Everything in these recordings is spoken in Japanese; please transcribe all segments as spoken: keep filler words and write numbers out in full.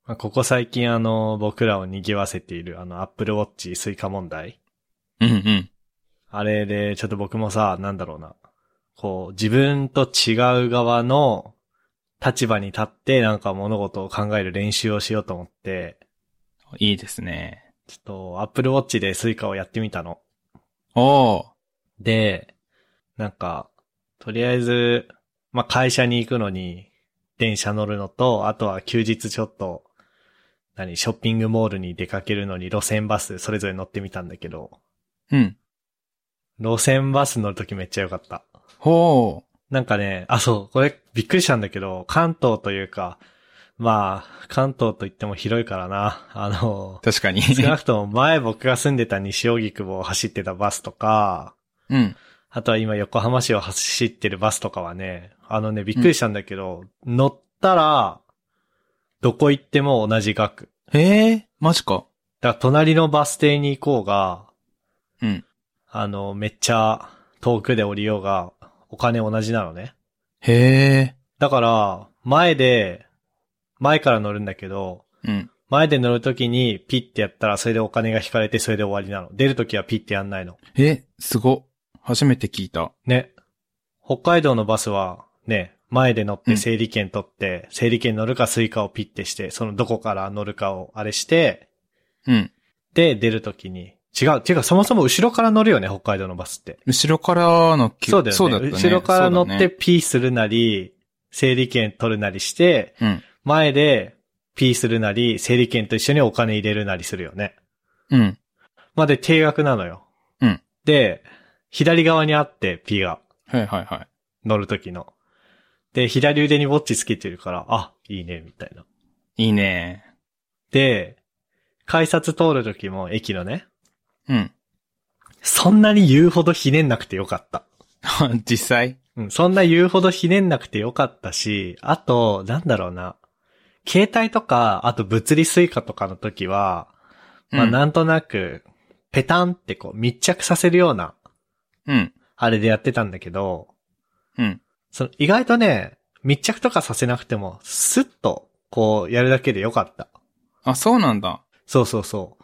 まあここ最近あの、僕らを賑わせているあの、Apple Watch スイカ問題。 うんうん。 あれで、ちょっと僕もさ、なんだろうな。こう、自分と違う側の立場に立ってなんか物事を考える練習をしようと思って、 いいですね。 ちょっと Apple Watch でスイカをやってみたの。 おー。 で、なんか、とりあえず、まあ、会社に行くのに電車乗るのと、あとは休日ちょっと、何、ショッピングモールに出かけるのに路線バスそれぞれ乗ってみたんだけど、 うん。 路線バス乗るときめっちゃ良かった。 ほー。 なんかね、あ、そう、これびっくりしたんだけど、関東というか、まあ、関東といっても広いからな。あの、 確かに。 少なくとも前僕が住んでた西荻窪を走ってたバスとか、 うん。 あとは今横浜市を走ってるバスとかはね、あのね、びっくりしたんだけど、うん、乗ったら、どこ行っても同じ額。 へえ、マジか。 だから隣のバス停に行こうが、 うん。 あの、めっちゃ遠くで降りようが、お金同じなのね。 へえ。 だから、前で、前から乗るんだけど、 うん。 前で乗るときにピッてやったらそれでお金が引かれてそれで終わりなの。出るときはピッてやんないの。 え、すご。初めて聞いた。 ね。北海道のバスは、ね、前で乗って整理券取って、うん、整理券乗るかスイカをピッてして、そのどこから乗るかをあれして、 うん。 で、出るときに、違う。っていうかそもそも後ろから乗るよね、北海道のバスって。 後ろからの、 そうだよね。 そうだったね。 後ろから乗ってピーするなり、整理券取るなりして、 うん、 前でピーするなり、整理券と一緒にお金入れるなりするよね。 うん。 まで定額なのよ。 うん。 で、左側にあって、P が。 はいはいはい。 乗るときの。で、左腕にウォッチつけてるから、あ、いいね、みたいな。 いいね。 で、改札通るときも駅のね。 うん。 そんなに言うほどひねんなくてよかった。 実際？ うん、そんな言うほどひねんなくてよかったし、あと、なんだろうな。携帯とか、あと物理スイカとかの時は、まあ、 うん、 なんとなく、ペタンってこう密着させるような、 うん。 あれでやってたんだけど、 うん。 その意外とね、密着とかさせなくても、スッと、こう、やるだけでよかった。 あ、そうなんだ。 そうそうそう。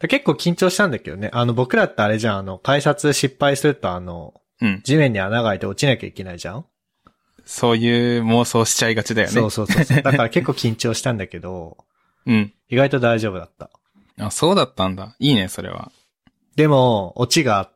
結構緊張したんだけどね。あの、僕らってあれじゃん、あの、改札失敗するとあの、 うん。 地面に穴が開いて落ちなきゃいけないじゃん？ そういう妄想しちゃいがちだよね。 そうそうそうそう。だから結構緊張したんだけど、 うん。 意外と大丈夫だった。 あ、そうだったんだ。いいね、それは。 でも、オチがあって、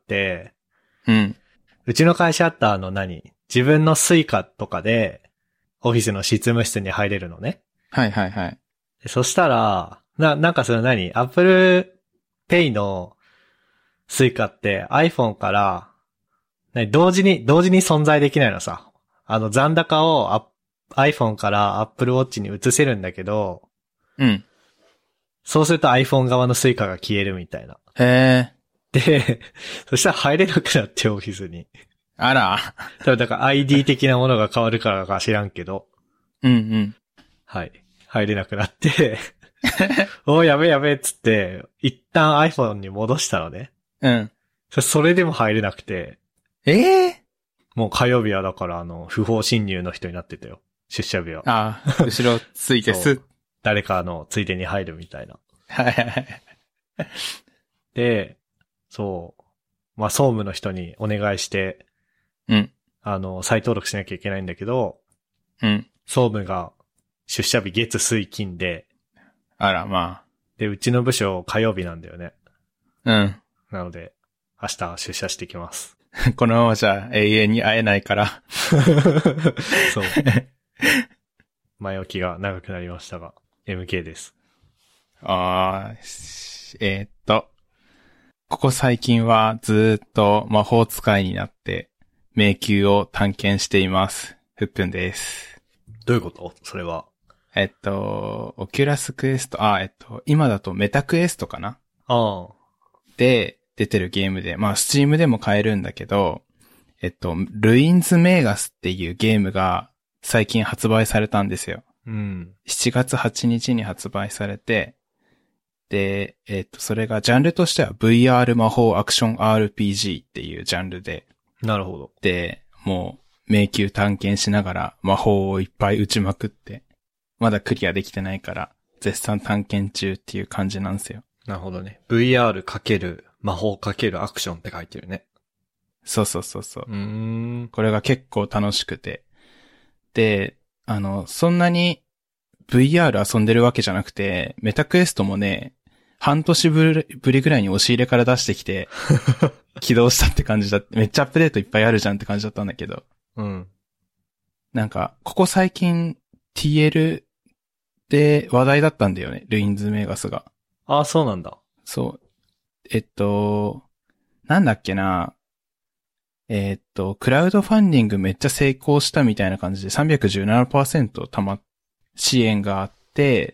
うん。 うちの会社あったあの何自分のスイカとかで、オフィスの執務室に入れるのね。 はいはいはい。 そしたら、な、なんかその何 Apple Pay のスイカって iPhone から、何同時に、同時に存在できないのさ。あの残高を iPhone から Apple Watch に移せるんだけど、 うん。 そうすると iPhone 側のスイカが消えるみたいな。 へー。で、そしたら入れなくなってオフィスに。 あら。 多分だから アイディー 的なものが変わるからか知らんけど。 うんうん。 はい。入れなくなって、おーやべやべっつって、一旦 iPhone に戻したのね。 うん。 それでも入れなくて。 ええー、 もう火曜日はだからあの、不法侵入の人になってたよ。出社日は。 ああ、後ろついてす。 誰かのついでに入るみたいな。 はいはいはい。 で、そう。まあ、総務の人にお願いして、 うん。 あの、再登録しなきゃいけないんだけど、 うん。 総務が出社日月水金で、 あら、まあ。 で、うちの部署火曜日なんだよね。 うん。 なので、明日出社してきます。 このままじゃ永遠に会えないから。 そう。前置きが長くなりましたが、エムケー です。 ああ、えー、っと。ここ最近はずーっと魔法使いになって迷宮を探検しています。ふっぷんです。 どういうことそれは。 えっと、オキュラスクエスト、あ、えっと、今だとメタクエストかな？ ああ。 で、出てるゲームで、まあ、スチームでも買えるんだけど、えっと、ルインズ・メーガスっていうゲームが最近発売されたんですよ。 うん。 しちがつはちにちに発売されて、で、えっと、それがジャンルとしては ブイアール 魔法アクション アールピージー っていうジャンルで。 なるほど。 で、もう迷宮探検しながら魔法をいっぱい打ちまくって、まだクリアできてないから絶賛探検中っていう感じなんですよ。 なるほどね。ブイアール かける魔法かけるアクションって書いてるね。 そうそうそうそう。 うーん。 これが結構楽しくて。で、あの、そんなに ブイアール 遊んでるわけじゃなくて、メタクエストもね、半年ぶりぐらいに押し入れから出してきて、起動したって感じだって、めっちゃアップデートいっぱいあるじゃんって感じだったんだけど。 うん。 なんか、ここ最近 ティーエル で話題だったんだよね、ルインズメガスが。 ああ、そうなんだ。 そう。えっと、なんだっけな。えっと、クラウドファンディングめっちゃ成功したみたいな感じで さんびゃくじゅうななパーセント たま、支援があって、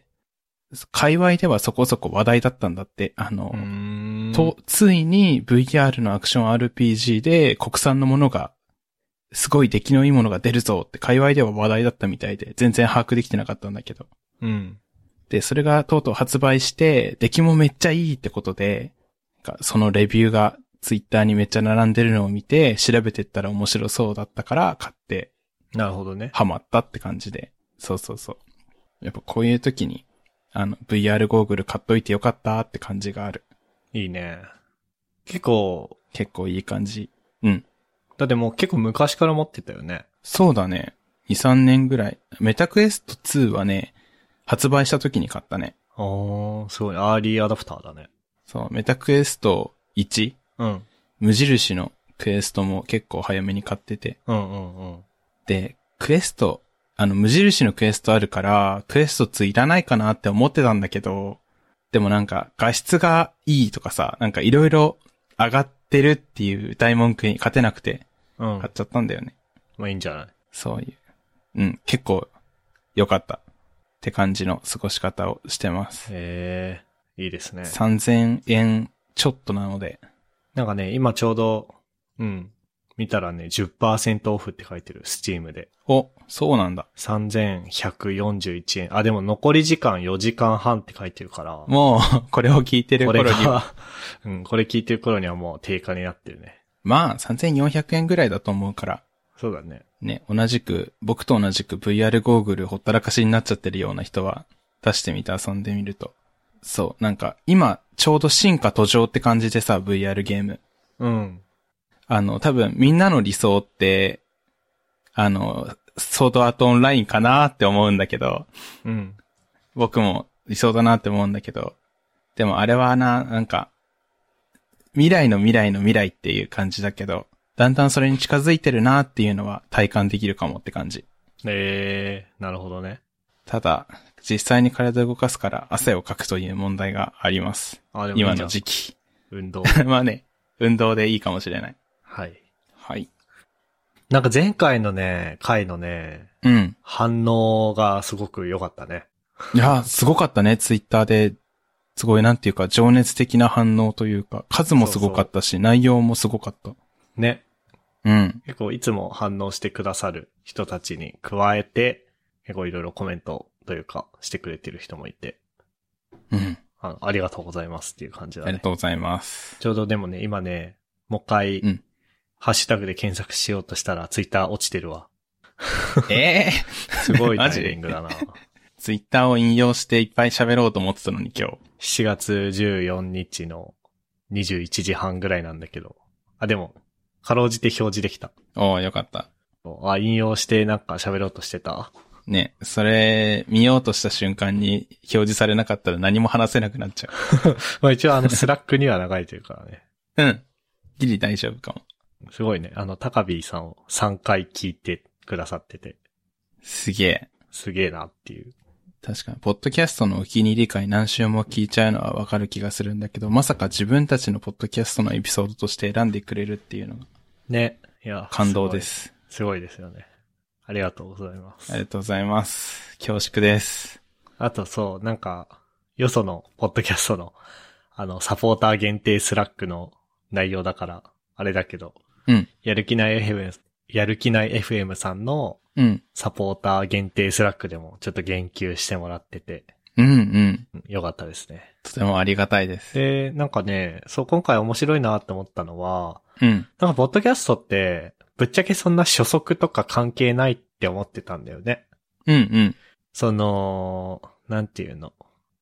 界隈ではそこそこ話題だったんだって。あの、 うーん。 と、ついに ブイアール のアクション アールピージー で国産のものが、すごい出来のいいものが出るぞって界隈では話題だったみたいで、全然把握できてなかったんだけど。 うん。 で、それがとうとう発売して、出来もめっちゃいいってことで、そのレビューがツイッターにめっちゃ並んでるのを見て、調べてったら面白そうだったから買って、 なるほどね。 ハマったって感じで。そうそうそう。やっぱこういう時に、あの、ブイアール ゴーグル買っといてよかったって感じがある。 いいね。結構、 結構いい感じ。うん。 だってもう結構昔から持ってたよね。 そうだね。に、さんねんぐらい。メタクエストツーはね、発売した時に買ったね。 あー、すごい。アーリーアダプターだね。 そう、メタクエストいち、 うん。 無印のクエストも結構早めに買ってて。 うんうんうん。 で、クエスト、あの、無印のクエストあるから、クエストツーいらないかなって思ってたんだけど、でもなんか、画質がいいとかさ、なんかいろいろ上がってるっていう大文句に勝てなくて、 うん。 買っちゃったんだよね。 まあいいんじゃない？ そういう。うん、結構、良かった。って感じの過ごし方をしてます。 へえ、いいですね。 さんぜんえんちょっとなので。 なんかね、今ちょうど、うん。見たらね、じゅっパーセントオフって書いてる、スチームで。 お、そうなんだ。 さんぜんひゃくよんじゅういちえん。あ、でも残り時間よじかんはんって書いてるから。 もう、これを聞いてるこれ頃には。 が、うん、これ聞いてる頃にはもう定価になってるね。 まあ、さんぜんよんひゃくえんぐらいだと思うから。 そうだね。 ね、同じく、僕と同じく ブイアール ゴーグルほったらかしになっちゃってるような人は、出してみて遊んでみると。そう、なんか、今、ちょうど進化途上って感じでさ、ブイアール ゲーム。 うん。 あの、多分、みんなの理想って、あの、ソードアートオンラインかなって思うんだけど、 うん。 僕も理想だなって思うんだけど、でもあれはな、なんか、未来の未来の未来っていう感じだけど、だんだんそれに近づいてるなっていうのは体感できるかもって感じ。 えー、なるほどね。 ただ、実際に体を動かすから汗をかくという問題があります。 あ、でもいいじゃん。 今の時期。 運動。 まあね、運動でいいかもしれない。 はい。 はい。 なんか前回のね、回のね、 うん。 反応がすごく良かったね。 いや、すごかったね、ツイッターで。すごいなんていうか、情熱的な反応というか、数もすごかったし、そうそう内容もすごかった。 ね。 うん。 結構いつも反応してくださる人たちに加えて、結構いろいろコメントというかしてくれてる人もいて。 うん。 あ, ありがとうございますっていう感じだね。 ありがとうございます。 ちょうどでもね、今ね、もう一回、 うん、 ハッシュタグで検索しようとしたらツイッター落ちてるわ。 ええー、すごいタイミングだな。 ツイッターを引用していっぱい喋ろうと思ってたのに今日。 しちがつじゅうよっかのにじゅういちじはんぐらいなんだけど。あ、でも、かろうじて表示できた。 おー、よかった。 あ、引用してなんか喋ろうとしてた。 ね、それ、見ようとした瞬間に表示されなかったら何も話せなくなっちゃう。 まあ一応あのスラックには流れてるからね。 うん。ギリ大丈夫かも。 すごいね。あの、高ビーさんをさんかい聞いてくださってて。 すげえ。 すげえなっていう。 確かに、ポッドキャストのお気に入り会何週も聞いちゃうのはわかる気がするんだけど、まさか自分たちのポッドキャストのエピソードとして選んでくれるっていうのが。 ね。いや。 感動です。 すごいですよね。ありがとうございます。 ありがとうございます。恐縮です。 あとそう、なんか、よそのポッドキャストの、あの、サポーター限定スラックの内容だから、あれだけど、 うん。 やる気ない エフエム、やる気ない エフエム さんの、 うん。 サポーター限定スラックでもちょっと言及してもらってて。 うんうん。 よかったですね。 とてもありがたいです。 で、なんかね、そう、今回面白いなって思ったのは、 うん。 なんかポッドキャストって、ぶっちゃけそんな初速とか関係ないって思ってたんだよね。 うんうん。 その、なんていうの。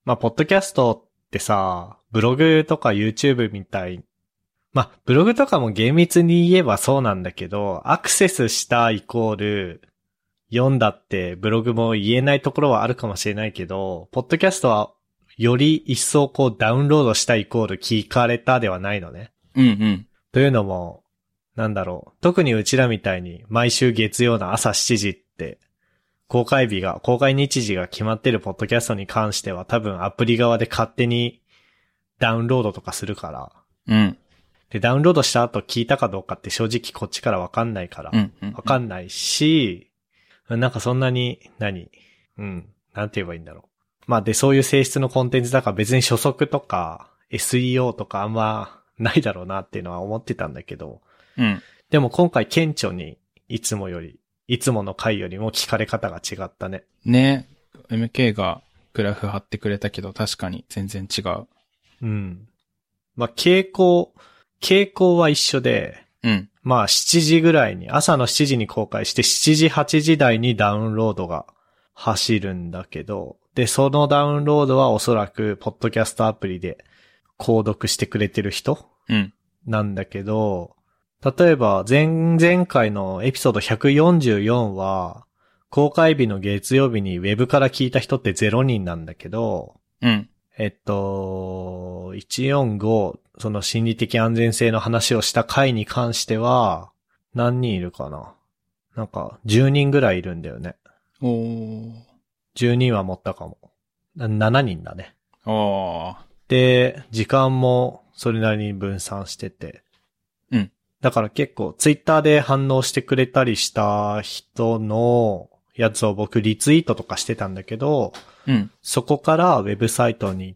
まあ、ポッドキャストってさ、ブログとか YouTube みたい、まあ、ブログとかも厳密に言えばそうなんだけど、アクセスしたイコール、読んだってブログも言えないところはあるかもしれないけど、ポッドキャストはより一層こうダウンロードしたイコール聞かれたではないのね。 うんうん。 というのも、なんだろう。特にうちらみたいに毎週月曜の朝しちじって公開日が、公開日時が決まってるポッドキャストに関しては多分アプリ側で勝手にダウンロードとかするから。 うん。 で、ダウンロードした後聞いたかどうかって正直こっちからわかんないから。 うんうんうん。 わかんないし、なんかそんなに、何うん。なんて言えばいいんだろう。まあで、そういう性質のコンテンツだから別に初速とか エスイーオー とかあんまないだろうなっていうのは思ってたんだけど。 うん。 でも今回顕著にいつもより、いつもの回よりも聞かれ方が違ったね。 ね。エムケー がグラフ貼ってくれたけど確かに全然違う。 うん。まあ傾向、傾向は一緒で、 うん。 まあしちじぐらいに、朝のしちじに公開してしちじはちじ台にダウンロードが走るんだけど、で、そのダウンロードはおそらくポッドキャストアプリで購読してくれてる人うん。 なんだけど、例えば前々回のエピソードひゃくよんじゅうよんは公開日の月曜日にウェブから聞いた人ってゼロにんなんだけど、 うん。 えっと、いちよんご、その心理的安全性の話をした回に関しては、何人いるかな？なんか、じゅうにんぐらいいるんだよね。 おー。 じゅうにんは持ったかも。ななにんだね。 おー。 で、時間もそれなりに分散してて。 うん。 だから結構、ツイッターで反応してくれたりした人のやつを僕リツイートとかしてたんだけど、 うん。 そこからウェブサイトに行って、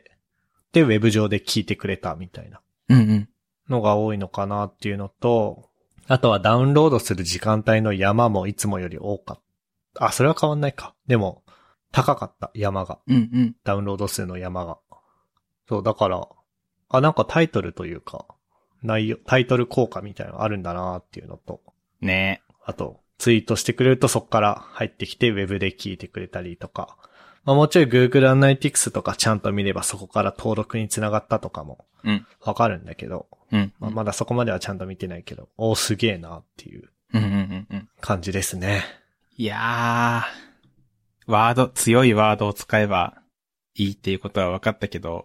で、ウェブ上で聞いてくれたみたいなうんうん。 のが多いのかなっていうのと、あとはダウンロードする時間帯の山もいつもより多かった。あ、それは変わんないか。でも、高かった山が。 うんうん。 ダウンロード数の山が。そう、だから、あ、なんかタイトルというか、内容、タイトル効果みたいなのがあるんだなっていうのと、 ねあと、ツイートしてくれるとそこから入ってきてウェブで聞いてくれたりとか、まあもうちょい Google Analytics とかちゃんと見ればそこから登録につながったとかもうん。 わかるんだけど、 うん。 まあ、まだそこまではちゃんと見てないけど、おーすげえなっていううんうんうんうん。 感じですね。 いやー、ワード、強いワードを使えばいいっていうことは分かったけど、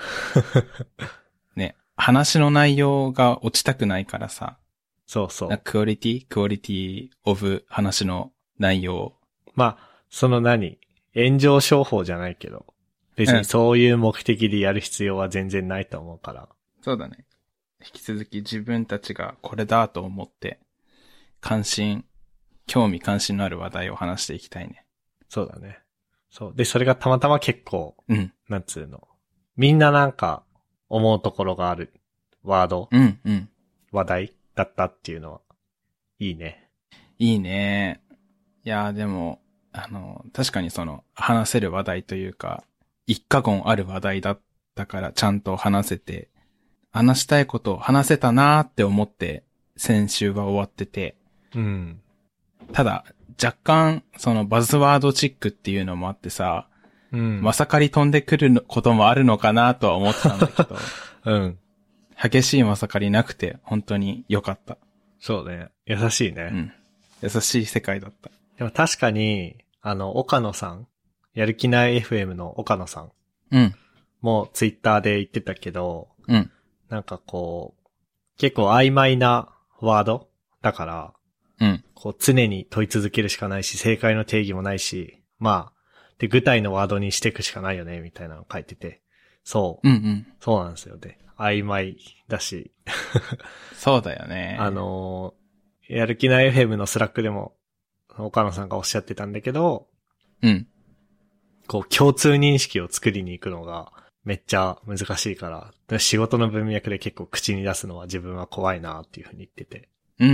ね、話の内容が落ちたくないからさ、 そうそう。 クオリティクオリティオブ話の内容。 まあ、その何炎上商法じゃないけど、別にそういう目的でやる必要は全然ないと思うから。 そうだね。引き続き自分たちがこれだと思って、関心、興味関心のある話題を話していきたいね。 そうだね。そう。で、それがたまたま結構、 うん。 なんつうの。みんななんか思うところがあるワード、 うんうん。 話題だったっていうのは、いいね。 いいね。いやーでも、あの、確かにその、話せる話題というか、一過言ある話題だったからちゃんと話せて、話したいことを話せたなーって思って、先週は終わってて。 うん。 ただ、若干、そのバズワードチックっていうのもあってさ、 うん。 まさかり飛んでくることもあるのかなとは思ってたんだけど、 うん。 激しいまさかりなくて、本当に良かった。 そうね。優しいね。 うん。優しい世界だった。 でも確かに、あの、岡野さん、やる気ない エフエム の岡野さんうん。 もツイッターで言ってたけど、 うん。 なんかこう、結構曖昧なワードだから、 うん。 こう常に問い続けるしかないし、正解の定義もないし、まあ、で、具体のワードにしていくしかないよね、みたいなの書いてて。そう。 うんうん。 そうなんですよね。曖昧だし。 そうだよね。 あのー、やる気ない エフエム のスラックでも、岡野さんがおっしゃってたんだけど、 うん。 こう、共通認識を作りに行くのがめっちゃ難しいから、仕事の文脈で結構口に出すのは自分は怖いなっていうふうに言ってて。 うんうん。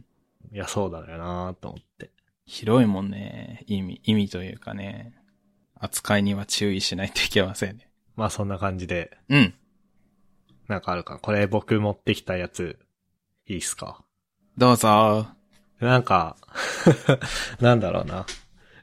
いや、そうだよなと思って。 広いもんね。意味、意味というかね。扱いには注意しないといけませんね。 まあそんな感じで。 うん。 なんかあるか。これ僕持ってきたやつ、いいっすか？ どうぞ。 なんか、なんだろうな。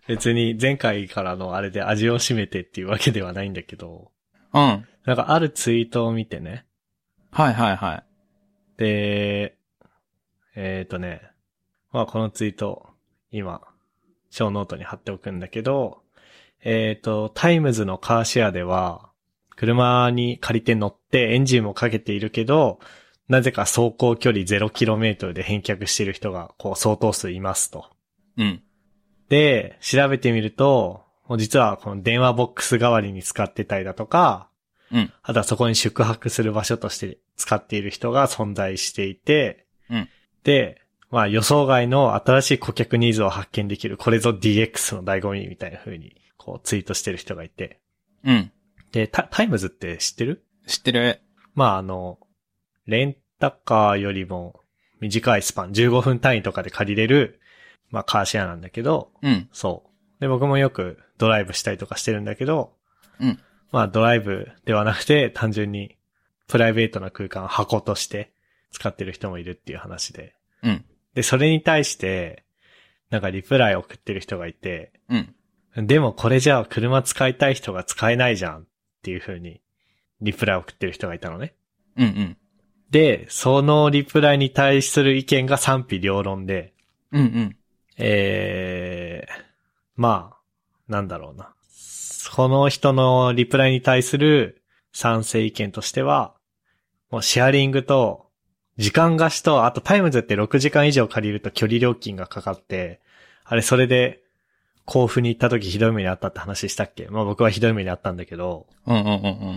別に前回からのあれで味を占めてっていうわけではないんだけど、 うん。 なんかあるツイートを見てね。 はいはいはい。 で、えっとね、まあこのツイート、今、小ノートに貼っておくんだけど、えっと、タイムズのカーシェアでは、車に借りて乗ってエンジンもかけているけど、なぜか走行距離 ゼロキロメートル で返却している人がこう相当数いますと。 うん。 で、調べてみると、実はこの電話ボックス代わりに使ってたりだとか、 うん。 あとはそこに宿泊する場所として使っている人が存在していて、 うん。 で、まあ予想外の新しい顧客ニーズを発見できる、これぞ ディーエックス の醍醐味みたいな風にこうツイートしてる人がいて。 うん。 で、タ、タイムズって知ってる？ 知ってる。 まああの、レンタカーよりも短いスパン、じゅうごふん単位とかで借りれる、まあカーシェアなんだけど、 うん。 そう。で、僕もよくドライブしたりとかしてるんだけど、 うん。 まあドライブではなくて単純にプライベートな空間、箱として使ってる人もいるっていう話で。 うん。 で、それに対して、なんかリプライ送ってる人がいて、 うん。 でもこれじゃあ車使いたい人が使えないじゃんっていう風にリプライ送ってる人がいたのね。 うん。うん。 で、そのリプライに対する意見が賛否両論で、 うん。うん。 えー、まあ、なんだろうな。この人のリプライに対する賛成意見としては、もうシェアリングと、時間貸しと、あとタイムズってろくじかん以上借りると距離料金がかかって、あれそれで甲府に行った時ひどい目にあったって話したっけ？まあ僕はひどい目にあったんだけど、 うんうんうんうん。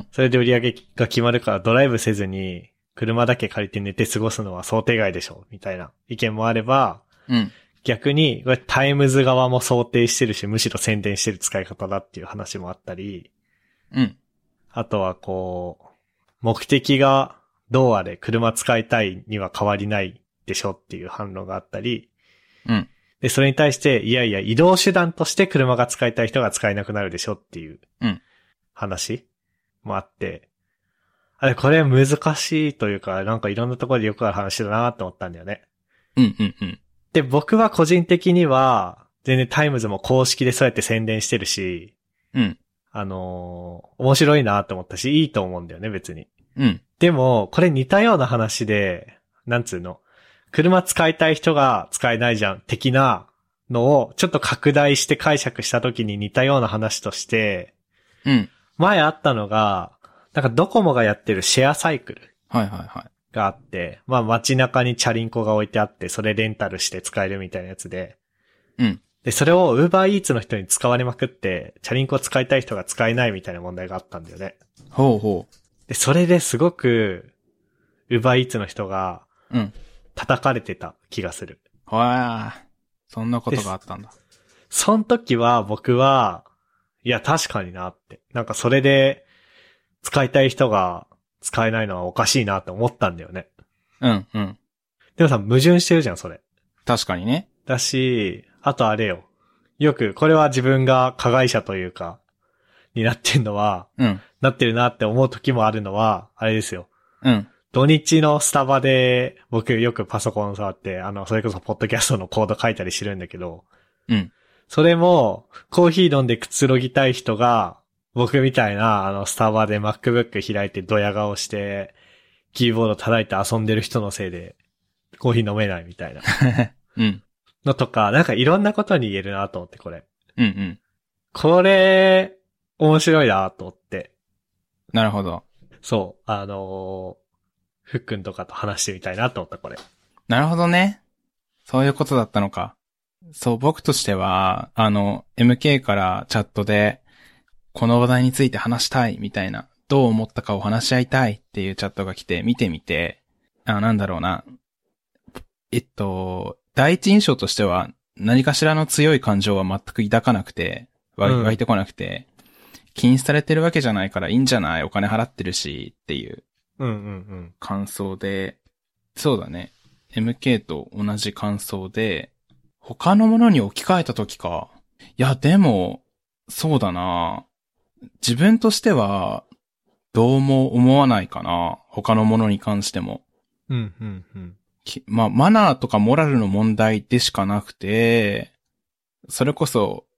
それで売り上げが決まるからドライブせずに車だけ借りて寝て過ごすのは想定外でしょみたいな意見もあれば、 うん。 逆にこれタイムズ側も想定してるし、むしろ宣伝してる使い方だっていう話もあったり、 うん。 あとはこう、目的がどうあれ車使いたいには変わりないでしょっていう反論があったり、 うん。 で、それに対して、いやいや、移動手段として車が使いたい人が使えなくなるでしょっていう話もあって、あれ、これ難しいというか、なんかいろんなところでよくある話だなと思ったんだよね。 うんうんうん。 で、僕は個人的には、全然タイムズも公式でそうやって宣伝してるし、 うん。 あのー、面白いなと思ったし、いいと思うんだよね、別に。 うん。 でも、これ似たような話で、なんつうの、車使いたい人が使えないじゃん、的なのをちょっと拡大して解釈した時に似たような話として、 うん。 前あったのが、なんかドコモがやってるシェアサイクルはいはいはい。 があって、まあ街中にチャリンコが置いてあって、それレンタルして使えるみたいなやつで、 うん。 で、それを Uber Eats の人に使われまくって、チャリンコ使いたい人が使えないみたいな問題があったんだよね。 ほうほで、それですごく、Uber Eats の人が、 う。うん。 叩かれてた気がする。 はあ、そんなことがあったんだ。 その時は僕は、いや確かになって。なんかそれで、使いたい人が使えないのはおかしいなって思ったんだよね。 うんうん。 でもさ、矛盾してるじゃん、それ。 確かにね。 だし、あとあれよ。よく、これは自分が加害者というか、になってんのは、 うん。 なってるなって思う時もあるのは、あれですよ。 うん。 土日のスタバで、僕よくパソコン触って、あの、それこそポッドキャストのコード書いたりしてるんだけど、 うん。 それも、コーヒー飲んでくつろぎたい人が、僕みたいな、あの、スタバで MacBook 開いてドヤ顔して、キーボード叩いて遊んでる人のせいで、コーヒー飲めないみたいな。 うん。 のとか、なんかいろんなことに言えるなと思って、これ。 うんうん。 これ、面白いなと思って。 なるほど。 そう、あのー、ふっくんとかと話してみたいなと思った、これ。 なるほどね。そういうことだったのか。そう、僕としては、あの、エムケー からチャットで、この話題について話したいみたいな、どう思ったかを話し合いたいっていうチャットが来て、見てみて、あ、なんだろうな。えっと、第一印象としては、何かしらの強い感情は全く抱かなくて、湧いてこなくて、うん、禁止されてるわけじゃないからいいんじゃない？お金払ってるし、っていう。 うんうんうん。 感想で、そうだね。エムケー と同じ感想で、他のものに置き換えたときか。いや、でも、そうだな。自分としては、どうも思わないかな。他のものに関しても。 うんうんうん。 まあ、マナーとかモラルの問題でしかなくて、それこそ、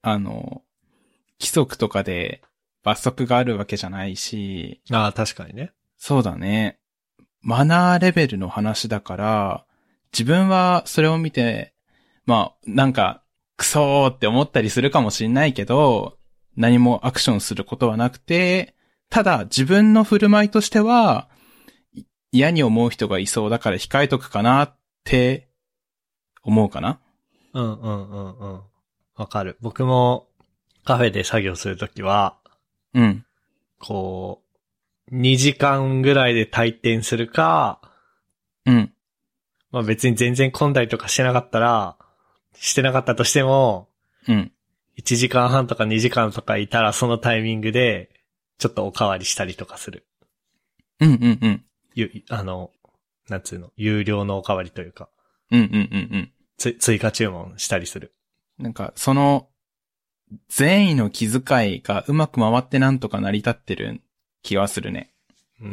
あの、規則とかで罰則があるわけじゃないし。 ああ、確かにね。 そうだね。マナーレベルの話だから、自分はそれを見て、まあ、なんか、クソーって思ったりするかもしれないけど、何もアクションすることはなくて、ただ自分の振る舞いとしては、嫌に思う人がいそうだから控えとくかなって思うかな。 うんうんうんうん。わかる。僕もカフェで作業するときは、 うん。 こう、にじかんぐらいで退店するか、 うん。 まあ別に全然混んだりとかしてなかったら、してなかったとしても、 うん。 いちじかんはんとかにじかんとかいたらそのタイミングで、ちょっとおかわりしたりとかする。 うんうんうん。 ゆ、あの、なんつうの、有料のおかわりというか、 うんうんうんうん。 つ、追加注文したりする。 なんか、その、善意の気遣いがうまく回ってなんとか成り立ってる気はするね。 うん。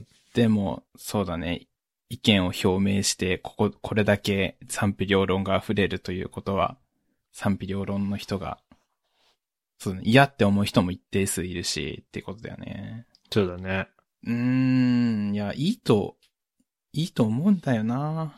でも、そうだね。意見を表明して、ここ、これだけ賛否両論が溢れるということは、賛否両論の人が、そうね、嫌って思う人も一定数いるし、ってことだよね。 そうだね。 うーん、いや、いいと、いいと思うんだよな。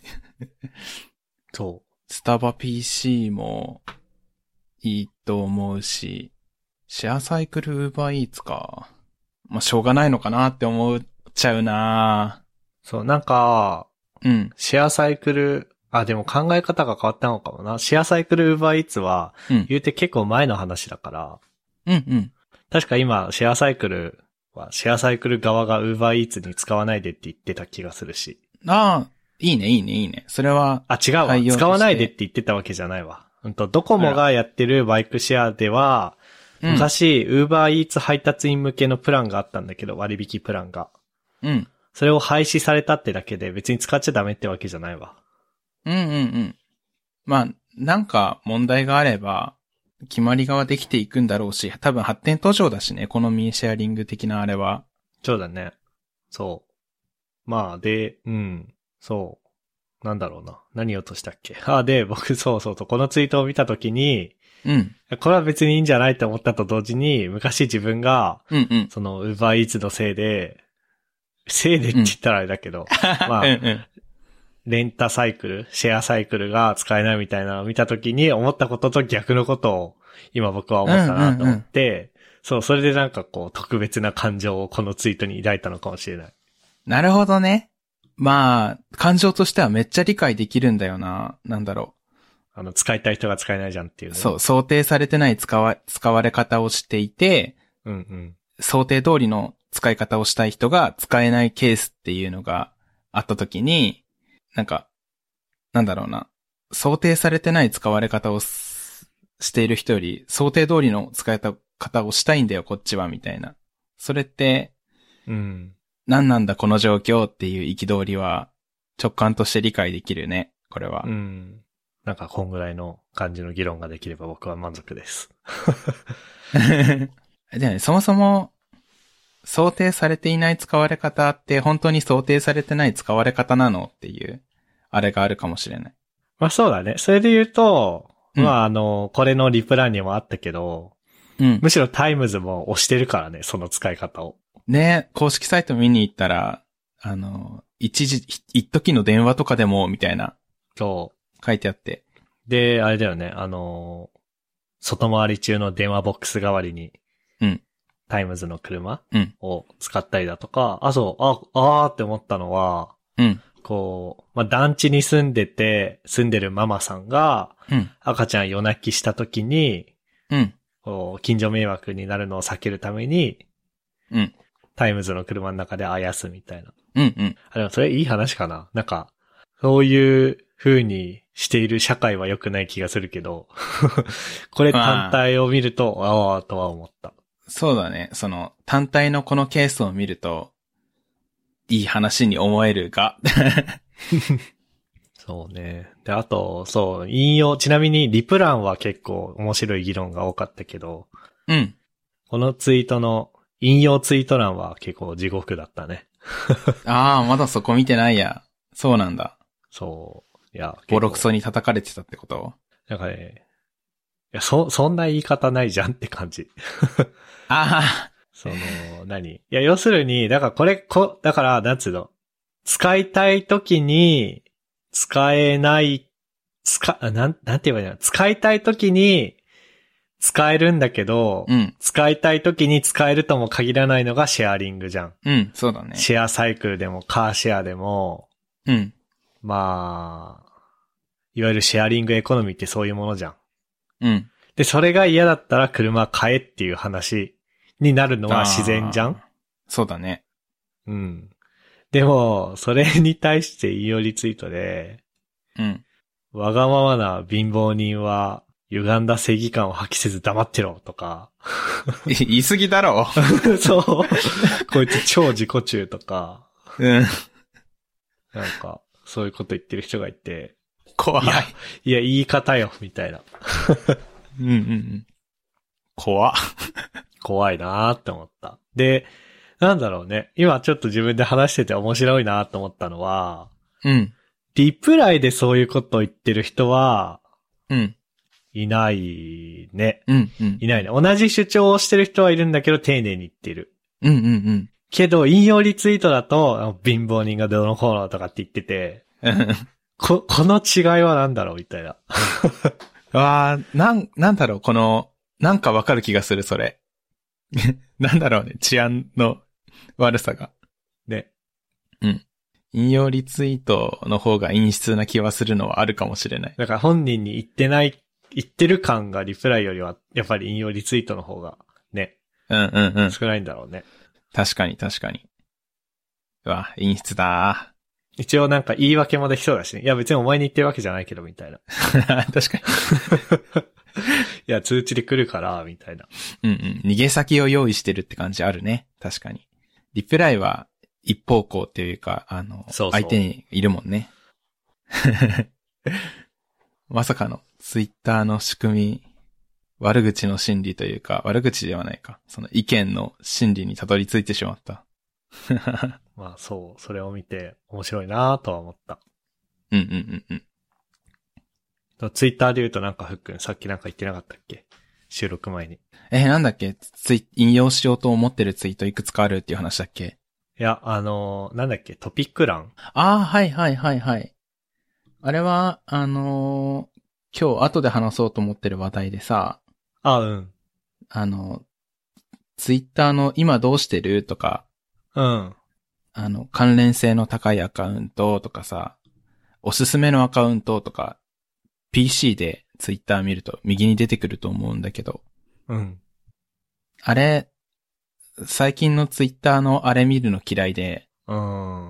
そスタバ ピーシー も、いいと思うし、シェアサイクルウーバーイーツか。まあ、しょうがないのかなって思っちゃうな。 う。そう、なんか、 うん。 シェアサイクル、あ、でも考え方が変わったのかもな。シェアサイクルウーバーイーツは、 うん。 言うて結構前の話だから、 うんうん。 確か今、シェアサイクルは、シェアサイクル側がウーバーイーツに使わないでって言ってた気がするし。 ああ、いいねいいねいいね。それは、 あ、違うわ。 対応として使わないでって言ってたわけじゃないわ。うんと、ドコモがやってるバイクシェアでは、 うん、 昔、ウーバーイーツ配達員向けのプランがあったんだけど、割引プランが。 うん。 それを廃止されたってだけで、別に使っちゃダメってわけじゃないわ。 うんうんうん。まあ、なんか問題があれば、決まりができていくんだろうし、多分発展途上だしね、エコノミーシェアリング的なあれは。 そうだね。そう。まあ、で、うん。そう。なんだろうな。何言おうとしたっけ。あ、で、僕、そうそうと、このツイートを見たときに、 うん。 これは別にいいんじゃないと思ったと同時に、昔自分が、 うんうん。 その、ウーバーイーツのせいで、せいでって言ったらあれだけど、まあ、 うんうん。 レンタサイクル、シェアサイクルが使えないみたいなのを見たときに思ったことと逆のことを今僕は思ったなと思って、うんうんうん、そう、それでなんかこう特別な感情をこのツイートに抱いたのかもしれない。 なるほどね。まあ、感情としてはめっちゃ理解できるんだよな。なんだろう。 あの、使いたい人が使えないじゃんっていうね。 そう、想定されてない使わ、使われ方をしていて、 うんうん。 想定通りの使い方をしたい人が使えないケースっていうのがあったときに、なんか、なんだろうな。想定されてない使われ方をしている人より、想定通りの使い方をしたいんだよ、こっちは、みたいな。それって、 うん。 何なんだ、この状況っていう憤りは、直感として理解できるね、これは。 うん。なんか、こんぐらいの感じの議論ができれば僕は満足です。 でね、そもそも、想定されていない使われ方って本当に想定されてない使われ方なのっていう、あれがあるかもしれない。 まあそうだね。それで言うと、 うん、 まああの、これのリプランにもあったけど、 うん、 むしろタイムズも押してるからね、その使い方を。 ね、公式サイト見に行ったら、あの、一時、一時の電話とかでも、みたいな。 そう。 書いてあって。 で、あれだよね、あの、外回り中の電話ボックス代わりに、 うん。 タイムズの車うんを使ったりだとか、あ、そう、あ、あーって思ったのは、 うん。 こう、まあ、団地に住んでて、住んでるママさんが、 うん。 赤ちゃん夜泣きした時に、 うん。 こう、近所迷惑になるのを避けるために、 うん。 タイムズの車の中であやすみたいな。 うんうん。 あ、でもそれいい話かな。なんか、そういう風にしている社会は良くない気がするけど、これ単体を見ると、ああ、とは思った。 そうだね。その、単体のこのケースを見ると、いい話に思えるが。 そうね。で、あと、そう、引用、ちなみにリプランは結構面白い議論が多かったけど、 うん。 このツイートの引用ツイート欄は結構地獄だったね。 ああ、まだそこ見てないや。そうなんだ。 そう。いや、 ボロクソに叩かれてたってこと？ なんかね、 や、そ、そんな言い方ないじゃんって感じ。 ああ。 その、何いや、要するに、だからこれ、こ、だから、なんつうの、使いたいときに、使えない、使、あ、なん、なんて言えばいいの使いたいときに、使えるんだけど、 うん。 使いたいときに使えるとも限らないのがシェアリングじゃん。 うん、そうだね。 シェアサイクルでも、カーシェアでも、 うん。 まあ、いわゆるシェアリングエコノミーってそういうものじゃん。 うん。 で、それが嫌だったら車買えっていう話になるのは自然じゃん？ そうだね。 うん。でも、それに対して引用リツイートで、 うん。 わがままな貧乏人は歪んだ正義感を発揮せず黙ってろとか。 言い過ぎだろ。 そう。こいつ超自己中とか。 うん。 なんか、そういうこと言ってる人がいて。 怖い。 いや、いや言い方よ、みたいな。 うんうんうん。怖っ。 怖いなーって思った。で、なんだろうね。今ちょっと自分で話してて面白いなーって思ったのは、 うん。 リプライでそういうことを言ってる人は、 うん。 いないね。 うんうん。 いないね。同じ主張をしてる人はいるんだけど、丁寧に言ってる。 うんうんうん。 けど、引用リツイートだと、貧乏人がどうのこうのとかって言ってて、こ、この違いは何だろうみたいな。 わあ、なん、なんだろう、この、なんかわかる気がする、それ。なんだろうね、治安の悪さが。 ね。 うん。引用リツイートの方が陰湿な気はするのはあるかもしれない。 だから本人に言ってない、言ってる感がリプライよりは、やっぱり引用リツイートの方が、ね。 うんうんうん。 少ないんだろうね。確かに確かに。うわ、陰湿だー。 一応なんか言い訳もできそうだしね。いや別にお前に言ってるわけじゃないけど、みたいな。 確かに。 いや、通知で来るから、みたいな。 うんうん。逃げ先を用意してるって感じあるね。確かに。リプライは一方向っていうか、あの、そうそう、相手にいるもんね。まさかのツイッターの仕組み、悪口の心理というか、悪口ではないか。その意見の心理にたどり着いてしまった。 まあそう、それを見て面白いなとは思った。 うんうんうんうん。 ツイッターで言うとなんかふっくんさっきなんか言ってなかったっけ？収録前に。 えー、なんだっけツイ引用しようと思ってるツイートいくつかあるっていう話だっけ？ いや、あのー、なんだっけトピック欄？ ああ、はいはいはいはい。あれは、あのー、今日後で話そうと思ってる話題でさ。 あ、うん。 あの、ツイッターの今どうしてるとか。 うん。 あの、関連性の高いアカウントとかさ、おすすめのアカウントとか、ピーシー でツイッター見ると右に出てくると思うんだけど。 うん。 あれ、最近のツイッターのあれ見るの嫌いで。 うん。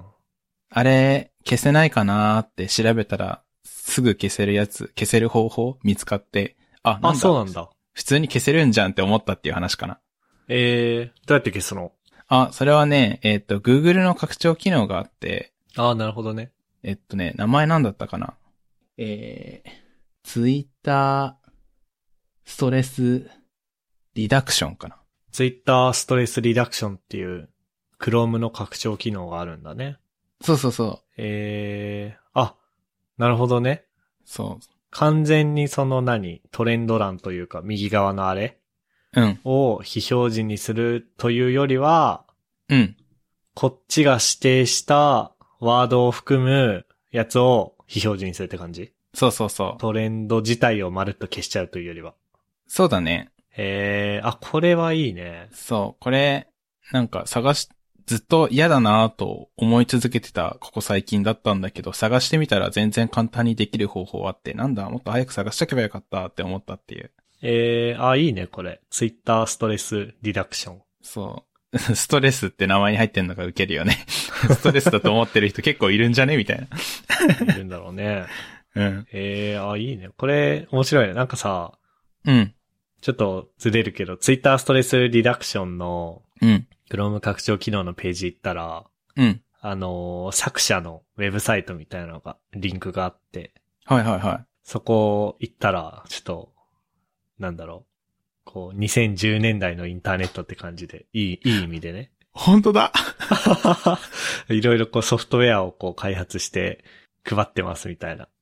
あれ、消せないかなーって調べたら、すぐ消せるやつ、消せる方法見つかって、あ、なんだ。 あ、そうなんだ。 普通に消せるんじゃんって思ったっていう話かな。 えー、どうやって消すの？ あ、それはね、えっと、Google の拡張機能があって。 あ、なるほどね。 えっとね、名前なんだったかな。えー、ツイッターストレスリダクションかな。 ツイッターストレスリダクションっていう Chrome の拡張機能があるんだね。 そうそうそう。 えー、あ、なるほどね。 そう。 完全にその何トレンド欄というか右側のあれうん。 を非表示にするというよりは、 うん。 こっちが指定したワードを含むやつを非表示にするって感じ？ そうそうそう。 トレンド自体をまるっと消しちゃうというよりは。 そうだね。 へー、あ、これはいいね。 そう、これ、なんか探し、ずっと嫌だなぁと思い続けてたここ最近だったんだけど、探してみたら全然簡単にできる方法あって、なんだ、もっと早く探しとけばよかったって思ったっていう。 えー、あ、いいね、これ。ツイッターストレスリダクション。 そう。ストレスって名前に入ってんのがウケるよね。ストレスだと思ってる人結構いるんじゃねみたいな。いるんだろうね。 うん。 えー、あ、いいね。これ、面白いね。なんかさ、 うん。 ちょっとずれるけど、ツイッターストレスリダクションの、 うん。 Chrome 拡張機能のページ行ったら、 うん。 あのー、作者のウェブサイトみたいなのが、リンクがあって、 はいはいはい。 そこ行ったら、ちょっと、なんだろう。こう、にせんじゅうねんだいのインターネットって感じで、いい、いい意味でね。 本当だいろいろこうソフトウェアをこう開発して配ってますみたいな。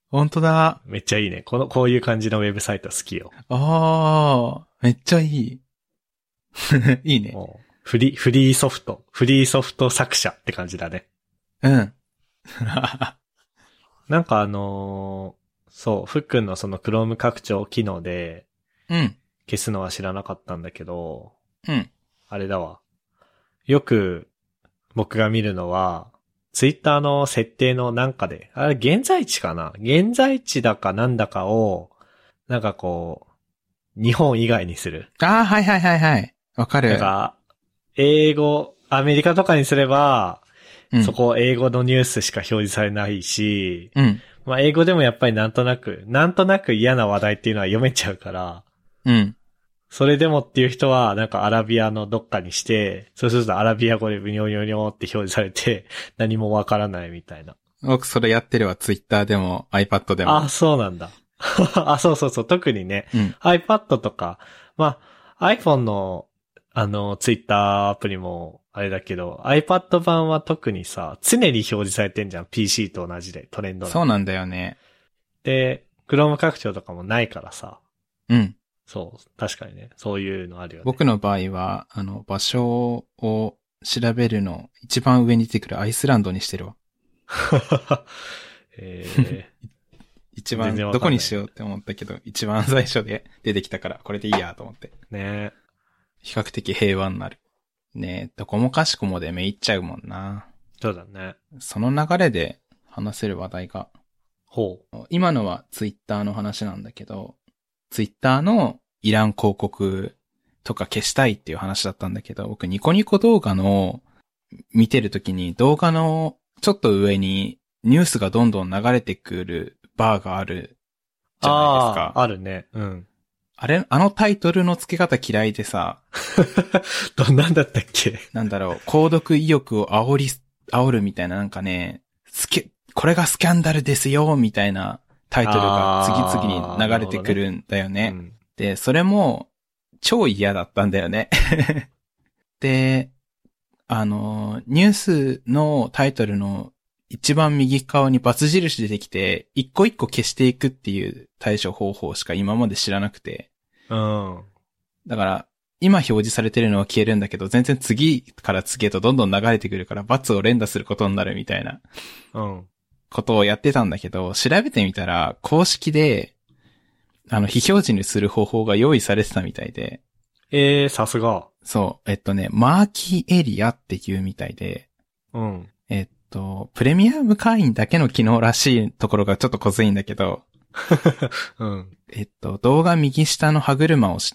ほんとだ。 めっちゃいいね。この、こういう感じのウェブサイト好きよ。 ああ、めっちゃいい。いいね。 もうフリー、フリーソフト。フリーソフト作者って感じだね。 うん。 なんかあのー、そう、ふっくんのその Chrome 拡張機能でうん。 消すのは知らなかったんだけど、 うん。 あれだわ。よく僕が見るのは、Twitter の設定のなんかで、あれ現在地かな？現在地だかなんだかを、なんかこう、日本以外にする。 ああ、はいはいはいはい。わかる。 なんか、英語、アメリカとかにすれば、 うん、 そこ英語のニュースしか表示されないし、 うん。 まあ英語でもやっぱりなんとなく、なんとなく嫌な話題っていうのは読めちゃうから、 うん。 それでもっていう人は、なんかアラビアのどっかにして、そうするとアラビア語でブニョニョニョって表示されて、何もわからないみたいな。 僕それやってるわ。Twitter でも iPad でも。 あ、そうなんだ。あ、そうそうそう。特にね、 うん。 iPad とか、まあ、iPhone の、あの、Twitter アプリも、あれだけど、iPad 版は特にさ、常に表示されてんじゃん。ピーシー と同じで、トレンドの。 そうなんだよね。 で、Chrome 拡張とかもないからさ。 うん。 そう、確かにね。そういうのあるよね。 僕の場合は、あの、場所を調べるの、一番上に出てくるアイスランドにしてるわ。 えー、 一番、どこにしようって思ったけど、一番最初で出てきたから、これでいいやと思って。 ね。 比較的平和になる。ねえ、どこもかしこもでめいっちゃうもんな。 そうだね。 その流れで話せる話題が。 ほう。 今のはツイッターの話なんだけど、ツイッターのいらん広告とか消したいっていう話だったんだけど、僕ニコニコ動画の見てるときに動画のちょっと上にニュースがどんどん流れてくるバーがあるじゃないですか。 ああ、あるね。うん。 あれ、あのタイトルの付け方嫌いでさ。 どんなんだったっけ？ なんだろう、購読意欲を煽り、煽るみたいななんかね、スケ、これがスキャンダルですよ、みたいなタイトルが次々に流れてくるんだよね。 ねうん、 で、それも超嫌だったんだよね。で、あの、ニュースのタイトルの一番右側にバツ印出てきて、一個一個消していくっていう対処方法しか今まで知らなくて。 うん。 だから、今表示されてるのは消えるんだけど、全然次から次へとどんどん流れてくるから、バツを連打することになるみたいな。 うん。 ことをやってたんだけど、調べてみたら、公式で、あの、非表示にする方法が用意されてたみたいで。 えー、さすが。 そう。えっとね、マーキーエリアっていうみたいで。 うん。 えっと、プレミアム会員だけの機能らしいところがちょっと小ずいんだけど。 うん。 えっと、動画右下の歯車を押して、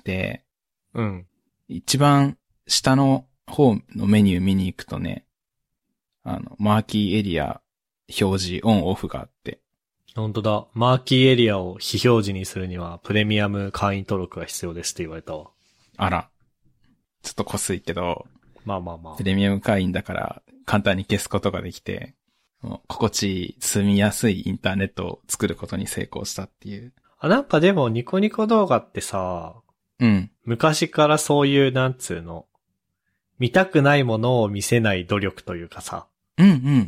うん。 一番下の方のメニュー見に行くとね、あの、マーキーエリア表示オンオフがあって。 本当だ。マーキーエリアを非表示にするにはプレミアム会員登録が必要ですって言われたわ。 あら。ちょっとこすいけど。 まあまあまあ。 プレミアム会員だから簡単に消すことができて、もう心地いい、住みやすいインターネットを作ることに成功したっていう。 あ、なんかでもニコニコ動画ってさ、 うん。 昔からそういうなんつうの、見たくないものを見せない努力というかさ。 うんうん。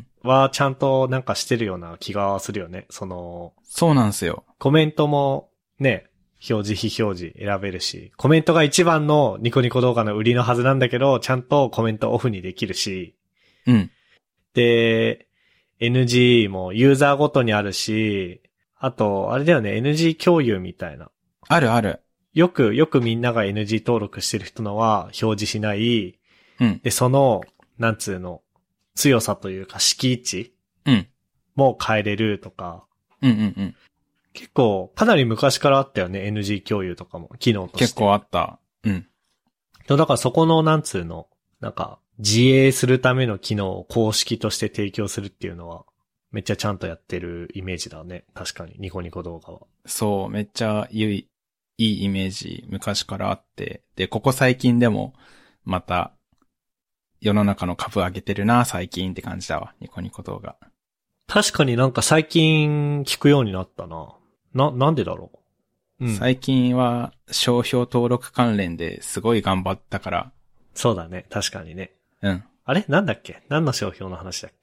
はちゃんとなんかしてるような気がするよね。その、 そうなんですよ。 コメントもね、表示非表示選べるし、コメントが一番のニコニコ動画の売りのはずなんだけど、ちゃんとコメントオフにできるし、 うん。 で、エヌジー もユーザーごとにあるし、あと、あれだよね、エヌジー 共有みたいな。 あるある。 よく、よくみんなが エヌジー 登録してる人のは表示しない。 うん。 で、その、なんつうの、強さというか敷地うん。 も変えれるとか。 うんうんうん。 結構、かなり昔からあったよね、エヌジー 共有とかも、機能として。 結構あった。うん。 だからそこの、なんつうの、なんか、自衛するための機能を公式として提供するっていうのは、めっちゃちゃんとやってるイメージだね。確かに、ニコニコ動画は。 そう、めっちゃいい、いいイメージ、昔からあって。で、ここ最近でも、また、世の中の株上げてるな、最近って感じだわ、ニコニコ動画。 確かになんか最近聞くようになったな。な、なんでだろう。うん。 最近は、商標登録関連ですごい頑張ったから。 そうだね、確かにね。 うん。 あれなんだっけ何の商標の話だっけ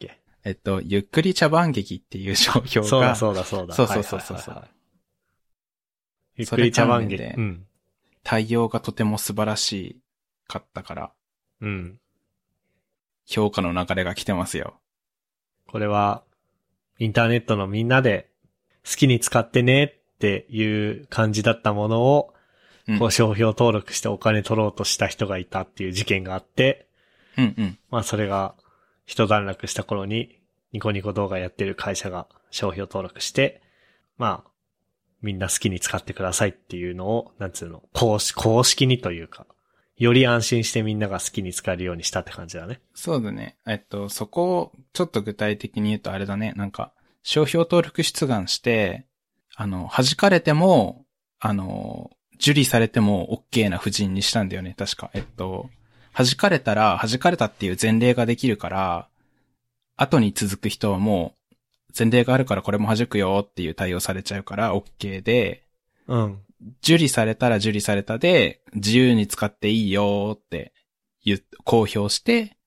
えっと、ゆっくり茶番劇っていう商標が。 そうだそうだそうだ。 そうそうそうそうそう、 はいはいはいはい。ゆっくり茶番劇。 うん。対応がとても素晴らしかったから。 うん。 評価の流れが来てますよ。 これは、インターネットのみんなで好きに使ってねっていう感じだったものを、 うん、 こう商標登録してお金取ろうとした人がいたっていう事件があって、 うんうん。 まあそれが一段落した頃にニコニコ動画やってる会社が商標登録して、まあみんな好きに使ってくださいっていうのを、なんつうの、公式、公式にというか、より安心してみんなが好きに使えるようにしたって感じだね。 そうだね。えっと、そこをちょっと具体的に言うとあれだね。なんか、商標登録出願して、あの、弾かれても、あの、受理されても OK な布陣にしたんだよね。確か。えっと、弾かれたら、弾かれたっていう前例ができるから、後に続く人はもう、前例があるからこれも弾くよっていう対応されちゃうから OK で、 うん。 受理されたら受理されたで、自由に使っていいよって言う、公表して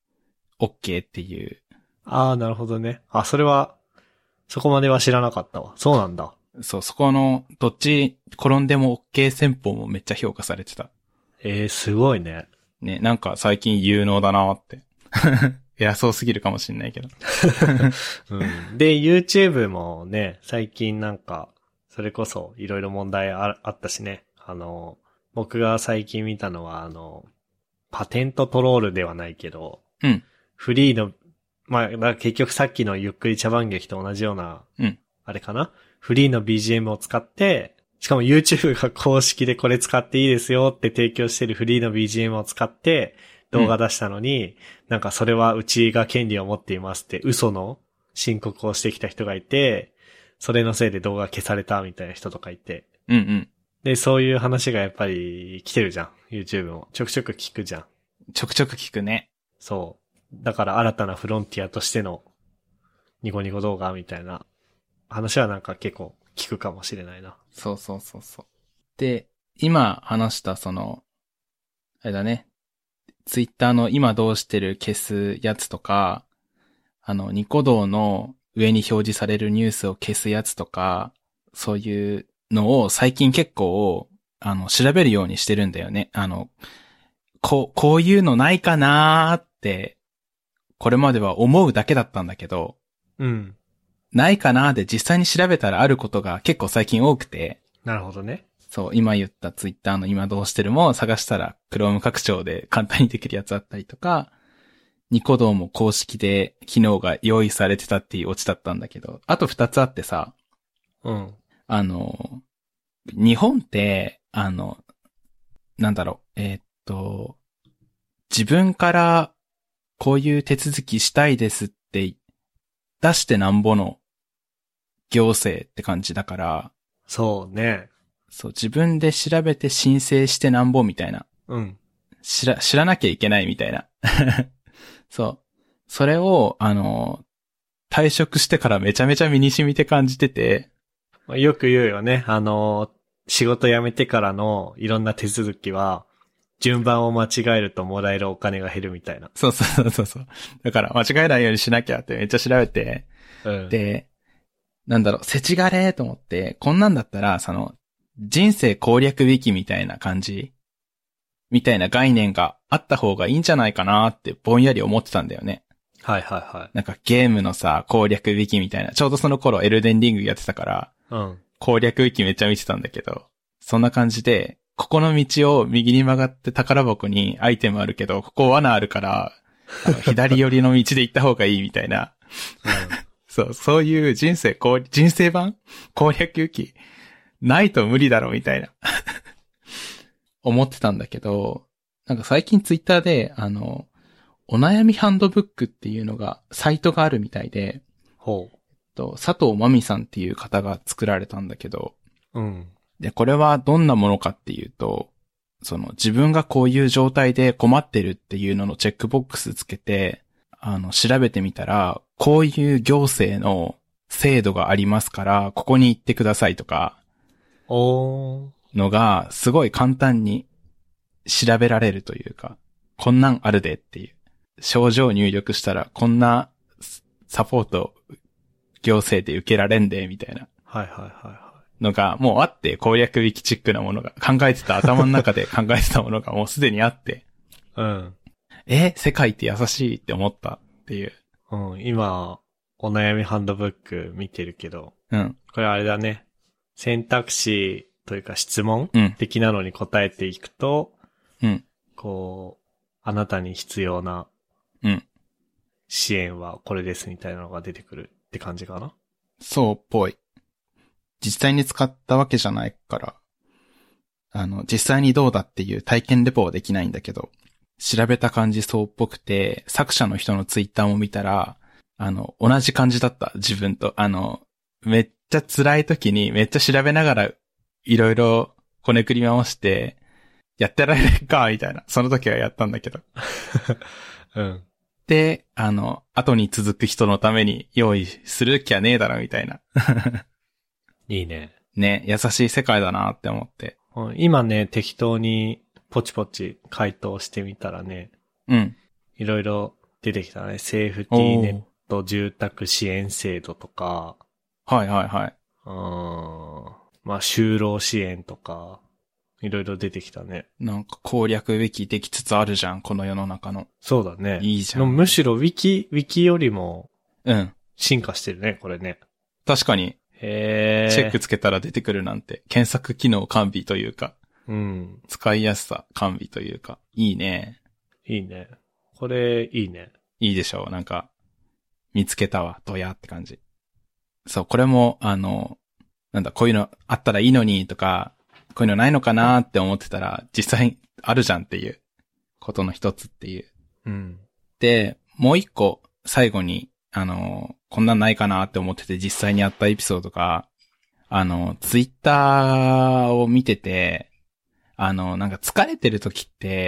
、OK っていう。 ああ、なるほどね。あ、それは、そこまでは知らなかったわ。そうなんだ。 そう、そこの、どっち転んでも OK 戦法もめっちゃ評価されてた。 ええー、すごいね。 ね、なんか最近有能だなって。偉そうすぎるかもしんないけど。 うん。で、YouTube もね、最近なんか、それこそいろいろ問題 あ, あったしね。あの、僕が最近見たのは、あの、パテントトロールではないけど、 うん。 フリーの、まあ、だから結局さっきのゆっくり茶番劇と同じような、 うん。 あれかな？フリーの ビージーエム を使って、しかも YouTube が公式でこれ使っていいですよって提供してるフリーの ビージーエム を使って動画出したのに、うん、なんかそれはうちが権利を持っていますって嘘の申告をしてきた人がいて、それのせいで動画消されたみたいな人とかいて。 うんうん。 で、そういう話がやっぱり来てるじゃん。YouTube も。ちょくちょく聞くじゃん。 ちょくちょく聞くね。 そう。だから新たなフロンティアとしてのニコニコ動画みたいな話はなんか結構聞くかもしれないな。 そうそうそうそう。で、今話したその、あれだね。ツイッターの今どうしてる消すやつとか、あの、ニコ動の上に表示されるニュースを消すやつとか、そういうのを最近結構、あの、調べるようにしてるんだよね。あの、こう、こういうのないかなーって、これまでは思うだけだったんだけど、 うん。 ないかなーで実際に調べたらあることが結構最近多くて。 なるほどね。 そう、今言ったツイッターの今どうしてるも探したら Chrome 拡張で簡単にできるやつあったりとか、ニコ動も公式で機能が用意されてたっていうオチだったんだけど、あと二つあってさ、 うん。 あの、日本って、あの、なんだろう、えー、っと、自分からこういう手続きしたいですって出してなんぼの行政って感じだから、 そうね。 そう、自分で調べて申請してなんぼみたいな。 うん。 知ら、知らなきゃいけないみたいな。そう。それを、あの、退職してからめちゃめちゃ身に染みて感じてて。 よく言うよね。あの、仕事辞めてからのいろんな手続きは、順番を間違えるともらえるお金が減るみたいな。 そうそうそうそう。だから間違えないようにしなきゃってめっちゃ調べて。 うん、 で、なんだろう、せちがれーと思って、こんなんだったら、その、人生攻略ウィキみたいな感じみたいな概念があった方がいいんじゃないかなってぼんやり思ってたんだよね。 はいはいはい。 なんかゲームのさ、攻略ウィキみたいな、ちょうどその頃エルデンリングやってたから、 うん。 攻略ウィキめっちゃ見てたんだけど、そんな感じで、ここの道を右に曲がって宝箱にアイテムあるけど、ここ罠あるから、左寄りの道で行った方がいいみたいな。うん、そう、そういう人生こう、人生版攻略ウィキないと無理だろみたいな。思ってたんだけど、なんか最近ツイッターで、あの、お悩みハンドブックっていうのが、サイトがあるみたいで、 ほう。 と佐藤真美さんっていう方が作られたんだけど、 うん。 で、これはどんなものかっていうと、その自分がこういう状態で困ってるっていうののチェックボックスつけて、あの、調べてみたら、こういう行政の制度がありますから、ここに行ってくださいとか、 おー。 のが、すごい簡単に調べられるというか、こんなんあるでっていう。症状を入力したら、こんなサポート行政で受けられんで、みたいなはいはいはいはのがもうあって、攻略ウィキチックなものが、考えてた頭の中で考えてたものがもうすでにあって、 い。うん。 え、世界って優しいって思ったっていう。 うん、今、お悩みハンドブック見てるけど、 うん。 これあれだね。選択肢というか質問うん。 的なのに答えていくと、 うん。 こう、あなたに必要なうん。 支援はこれですみたいなのが出てくるって感じかな。 そうっぽい。実際に使ったわけじゃないから、あの、実際にどうだっていう体験レポはできないんだけど、調べた感じそうっぽくて、作者の人のツイッターも見たら、あの、同じ感じだった、自分と。あの、めっちゃ辛い時にめっちゃ調べながら、いろいろこねくり回して、やってられるか、みたいな。その時はやったんだけど。 うん。 で、あの、後に続く人のために用意する気はねえだろ、みたいな。 いいね。 ね、優しい世界だなって思って。 うん、今ね、適当にポチポチ回答してみたらね、 うん。 いろいろ出てきたね。セーフティーネット住宅支援制度とか、 はいはいはい。 うーん、まあ、就労支援とか、いろいろ出てきたね。 なんか攻略ウィキできつつあるじゃん、この世の中の。 そうだね。 いいじゃん。 のむしろウィキ、ウィキよりもうん。 進化してるね、これね。 確かに、 へー。 チェックつけたら出てくるなんて、検索機能完備というか、 うん。 使いやすさ完備というか、いいね。 いいね。これ、いいね。 いいでしょう、なんか、見つけたわ、どやって感じ。そう、これも、あの、なんだ、こういうのあったらいいのにとか、こういうのないのかなって思ってたら、実際あるじゃんっていうことの一つっていう。 うん。 で、もう一個、最後に、あの、こんなんないかなって思ってて実際にあったエピソードが、あの、ツイッターを見てて、あの、なんか疲れてる時って、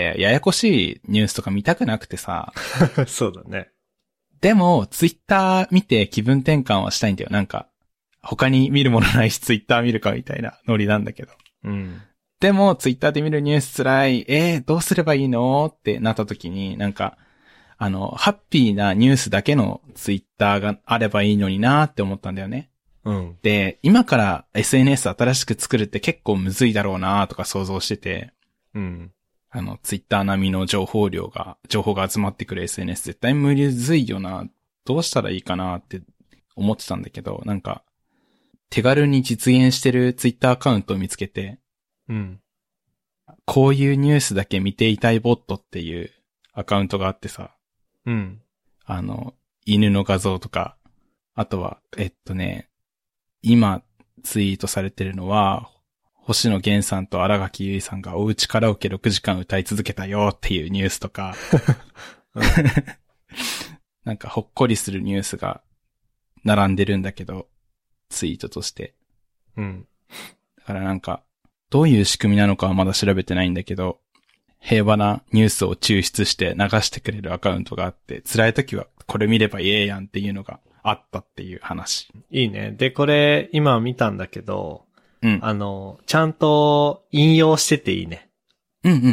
ややこしいニュースとか見たくなくてさ。 そうだね。 でも、ツイッター見て気分転換はしたいんだよ。なんか、他に見るものないしツイッター見るかみたいなノリなんだけど。 うん。 でも、ツイッターで見るニュース辛い。えー、どうすればいいのってなった時に、なんか、あの、ハッピーなニュースだけのツイッターがあればいいのになーって思ったんだよね。 うん。 で、今から エスエヌエス 新しく作るって結構むずいだろうなーとか想像してて、 うん。 あの、ツイッター並みの情報量が、情報が集まってくる エスエヌエス 絶対むずいよな、どうしたらいいかなって思ってたんだけど、なんか、手軽に実現してるツイッターアカウントを見つけて、 うん。 こういうニュースだけ見ていたいボットっていうアカウントがあってさ、 うん。 あの、犬の画像とか、あとは、えっとね、今ツイートされてるのは、星野源さんと新垣結衣さんがおうちカラオケろくじかん歌い続けたよっていうニュースとか、うん、なんかほっこりするニュースが並んでるんだけど、ツイートとして。 うん。 だからなんか、どういう仕組みなのかはまだ調べてないんだけど、平和なニュースを抽出して流してくれるアカウントがあって、辛い時はこれ見ればいいやんっていうのがあったっていう話。 いいね。で、これ今見たんだけど、 うん。 あの、ちゃんと引用してていいね。 うんうんうんうん。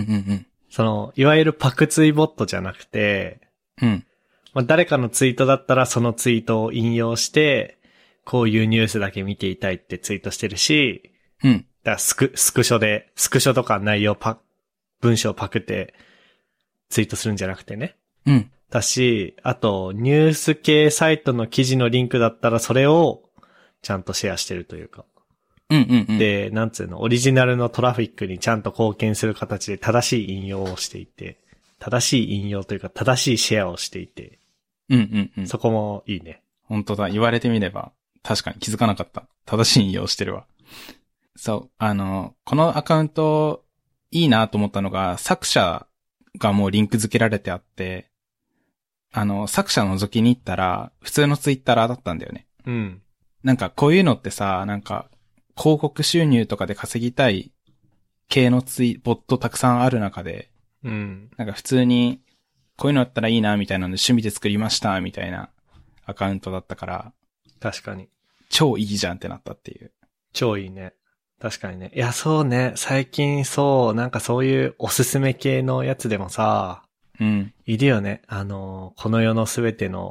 その、いわゆるパクツイボットじゃなくて、 うん。 まあ、誰かのツイートだったらそのツイートを引用して、こういうニュースだけ見ていたいってツイートしてるし、 うん。 だからスク、スクショで、スクショとか内容パ、文章パクってツイートするんじゃなくてね。 うん。 だし、あと、ニュース系サイトの記事のリンクだったらそれをちゃんとシェアしてるというか。 うんうんうん。 で、なんつうの、オリジナルのトラフィックにちゃんと貢献する形で正しい引用をしていて、正しい引用というか正しいシェアをしていて、 うんうんうん。 そこもいいね。 本当だ。言われてみれば、確かに気づかなかった。正しい引用してるわ。そう。あの、このアカウント、いいなと思ったのが、作者がもうリンク付けられてあって、あの、作者覗きに行ったら、普通のツイッターだったんだよね。 うん。 なんかこういうのってさ、なんか、広告収入とかで稼ぎたい系のツイ、ボットたくさんある中で、 うん。 なんか普通に、こういうのあったらいいなみたいなので趣味で作りましたみたいなアカウントだったから、 確かに。 超いいじゃんってなったっていう。 超いいね。確かにね。いや、そうね。最近そう、なんかそういうおすすめ系のやつでもさ、 うん。 いるよね。あの、この世のすべての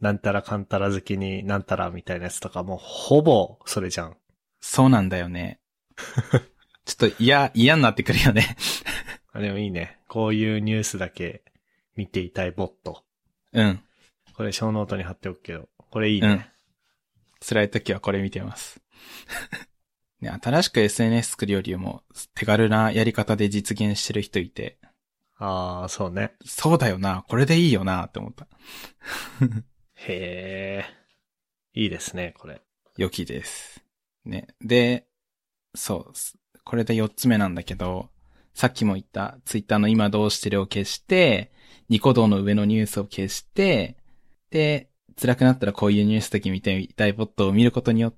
なんたらかんたら好きになんたらみたいなやつとかもうほぼそれじゃん。 そうなんだよね。ちょっと嫌、嫌になってくるよね。 あでもいいね。こういうニュースだけ見ていたいボット。 うん。 これ小ノートに貼っておくけど、これいいね。 うん。辛い時はこれ見てます。ね、新しく エスエヌエス 作るよりも手軽なやり方で実現してる人いて。 ああ、そうね。 そうだよな。これでいいよなって思った。 へえ。いいですね、これ。 良きです。ね。で、そう。これでよっつめなんだけど、さっきも言ったツイッターの今どうしてるを消して、ニコ動の上のニュースを消して、で、辛くなったらこういうニュースだけ見てみたいボットを見ることによって、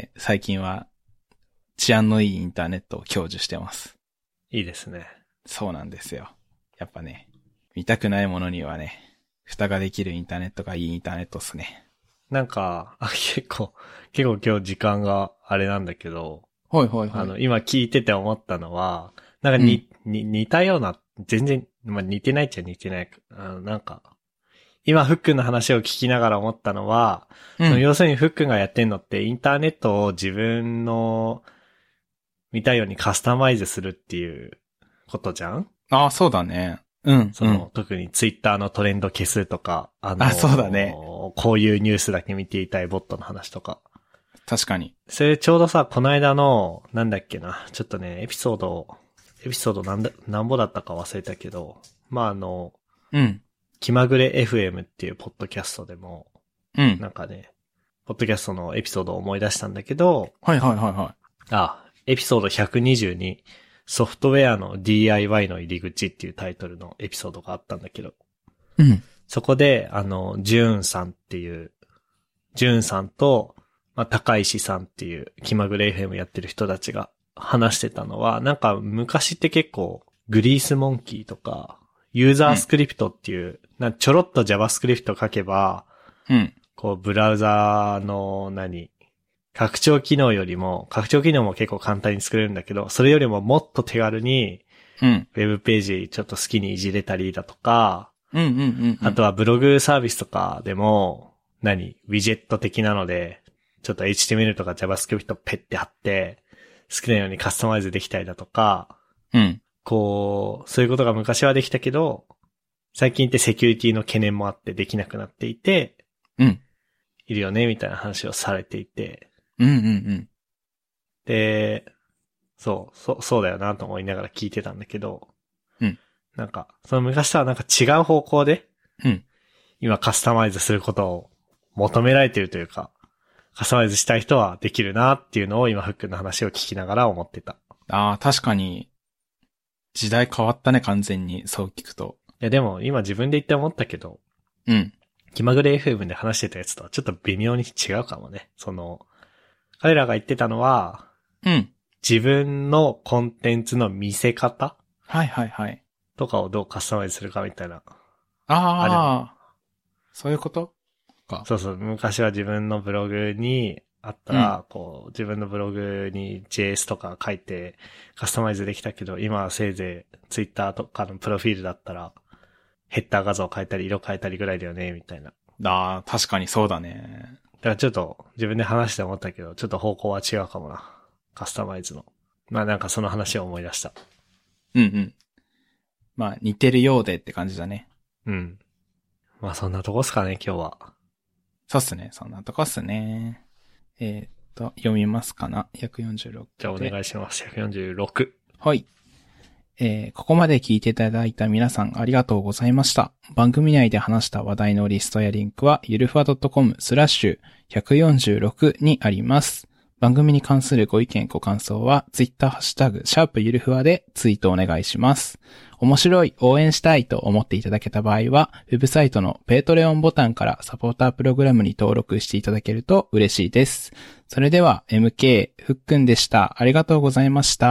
最近は治安のいいインターネットを享受してます。 いいですね。 そうなんですよ。やっぱね、見たくないものにはね、蓋ができるインターネットがいいインターネットっすね。 なんか、あ結構、結構今日時間があれなんだけど、 はいはいはい。 あの、今聞いてて思ったのは、なんかに、うん、に、似たような、全然、まあ、似てないっちゃ似てない。あの、なんか、今、フックンの話を聞きながら思ったのは、うん、その要するにフックンがやってんのって、インターネットを自分の見たいようにカスタマイズするっていうことじゃん？ ああ、そうだね。うん。 その、 うん、 特にツイッターのトレンド消すとか、あの、 あ、そうだね。 こういうニュースだけ見ていたいボットの話とか。 確かに。 それちょうどさ、この間の、なんだっけな、ちょっとね、エピソード、エピソードなんだ、なんぼだったか忘れたけど、まあ、あの、 うん。 気まぐれ エフエム っていうポッドキャストでも、 うん。 なんかね、ポッドキャストのエピソードを思い出したんだけど、 はいはいはいはい。 あ、エピソードひゃくにじゅうに、ソフトウェアの ディーアイワイ の入り口っていうタイトルのエピソードがあったんだけど、 うん。 そこで、あの、ジューンさんっていう、ジューンさんと、まあ、高石さんっていう気まぐれ エフエム やってる人たちが話してたのは、なんか昔って結構グリースモンキーとかユーザースクリプトっていう、うん、なんかちょろっと JavaScript 書けば、 うん、 こうブラウザーの何、拡張機能よりも、拡張機能も結構簡単に作れるんだけど、それよりももっと手軽に、 うん、 ウェブページちょっと好きにいじれたりだとか、 うんうんうん、うん、 あとはブログサービスとかでも、何、ウィジェット的なので、ちょっと エイチティーエムエル とか JavaScript ペッて貼って、好きなようにカスタマイズできたりだとか、 うん。 こう、そういうことが昔はできたけど、最近ってセキュリティの懸念もあってできなくなっていて、 うん。 いるよね、みたいな話をされていて。 うんうんうん。 で、そう、そう、そうだよなと思いながら聞いてたんだけど、 うん。 なんか、その昔とはなんか違う方向で、 うん。 今カスタマイズすることを求められているというか、カスタマイズしたい人はできるなっていうのを今フックの話を聞きながら思ってた。 ああ、確かに、時代変わったね、完全に、そう聞くと。 いやでも今自分で言って思ったけど、 うん。 気まぐれ エフエム で話してたやつとはちょっと微妙に違うかもね。その、彼らが言ってたのは、 うん。 自分のコンテンツの見せ方はいはいはい。 とかをどうカスタマイズするかみたいな。 ああ、そういうことか。 そうそう、昔は自分のブログにあったら、うん、こう、自分のブログに ジェイエス とか書いてカスタマイズできたけど、今はせいぜい Twitter とかのプロフィールだったら、ヘッダー画像変えたり色変えたりぐらいだよね、みたいな。 ああ、確かにそうだね。 だからちょっと自分で話して思ったけど、ちょっと方向は違うかもな。カスタマイズの。まあなんかその話を思い出した。 うんうん。まあ似てるようでって感じだね。 うん。まあそんなとこっすかね、今日は。 そうっすね、そんなとこっすね。えー、っと、読みますかな ?ひゃくよんじゅうろく。 じゃあお願いします。ひゃくよんじゅうろく。 はい。えー、ここまで聞いていただいた皆さんありがとうございました。番組内で話した話題のリストやリンクは、ゆるふわ .com スラッシュひゃくよんじゅうろくにあります。番組に関するご意見ご感想は、ツイッターハッシュタグ、シャープゆるふわでツイートお願いします。面白い、応援したいと思っていただけた場合は、ウェブサイトのペイトレオンボタンからサポータープログラムに登録していただけると嬉しいです。それでは、エムケー、ふっくんでした。ありがとうございました。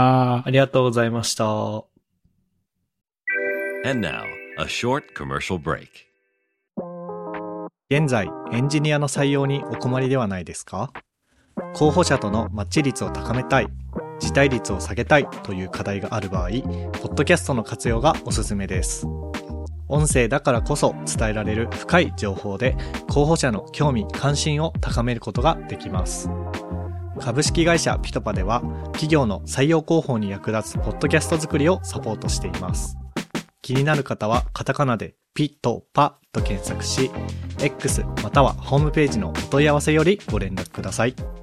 ありがとうございました。 And now, a short commercial break. 現在、エンジニアの採用にお困りではないですか？候補者とのマッチ率を高めたい、辞退率を下げたいという課題がある場合、ポッドキャストの活用がおすすめです。 音声だからこそ伝えられる深い情報で候補者の興味関心を高めることができます。株式会社ピトパでは企業の採用広報に役立つポッドキャスト作りをサポートしています。気になる方はカタカナでピトパと検索し、X またはホームページのお問い合わせよりご連絡ください。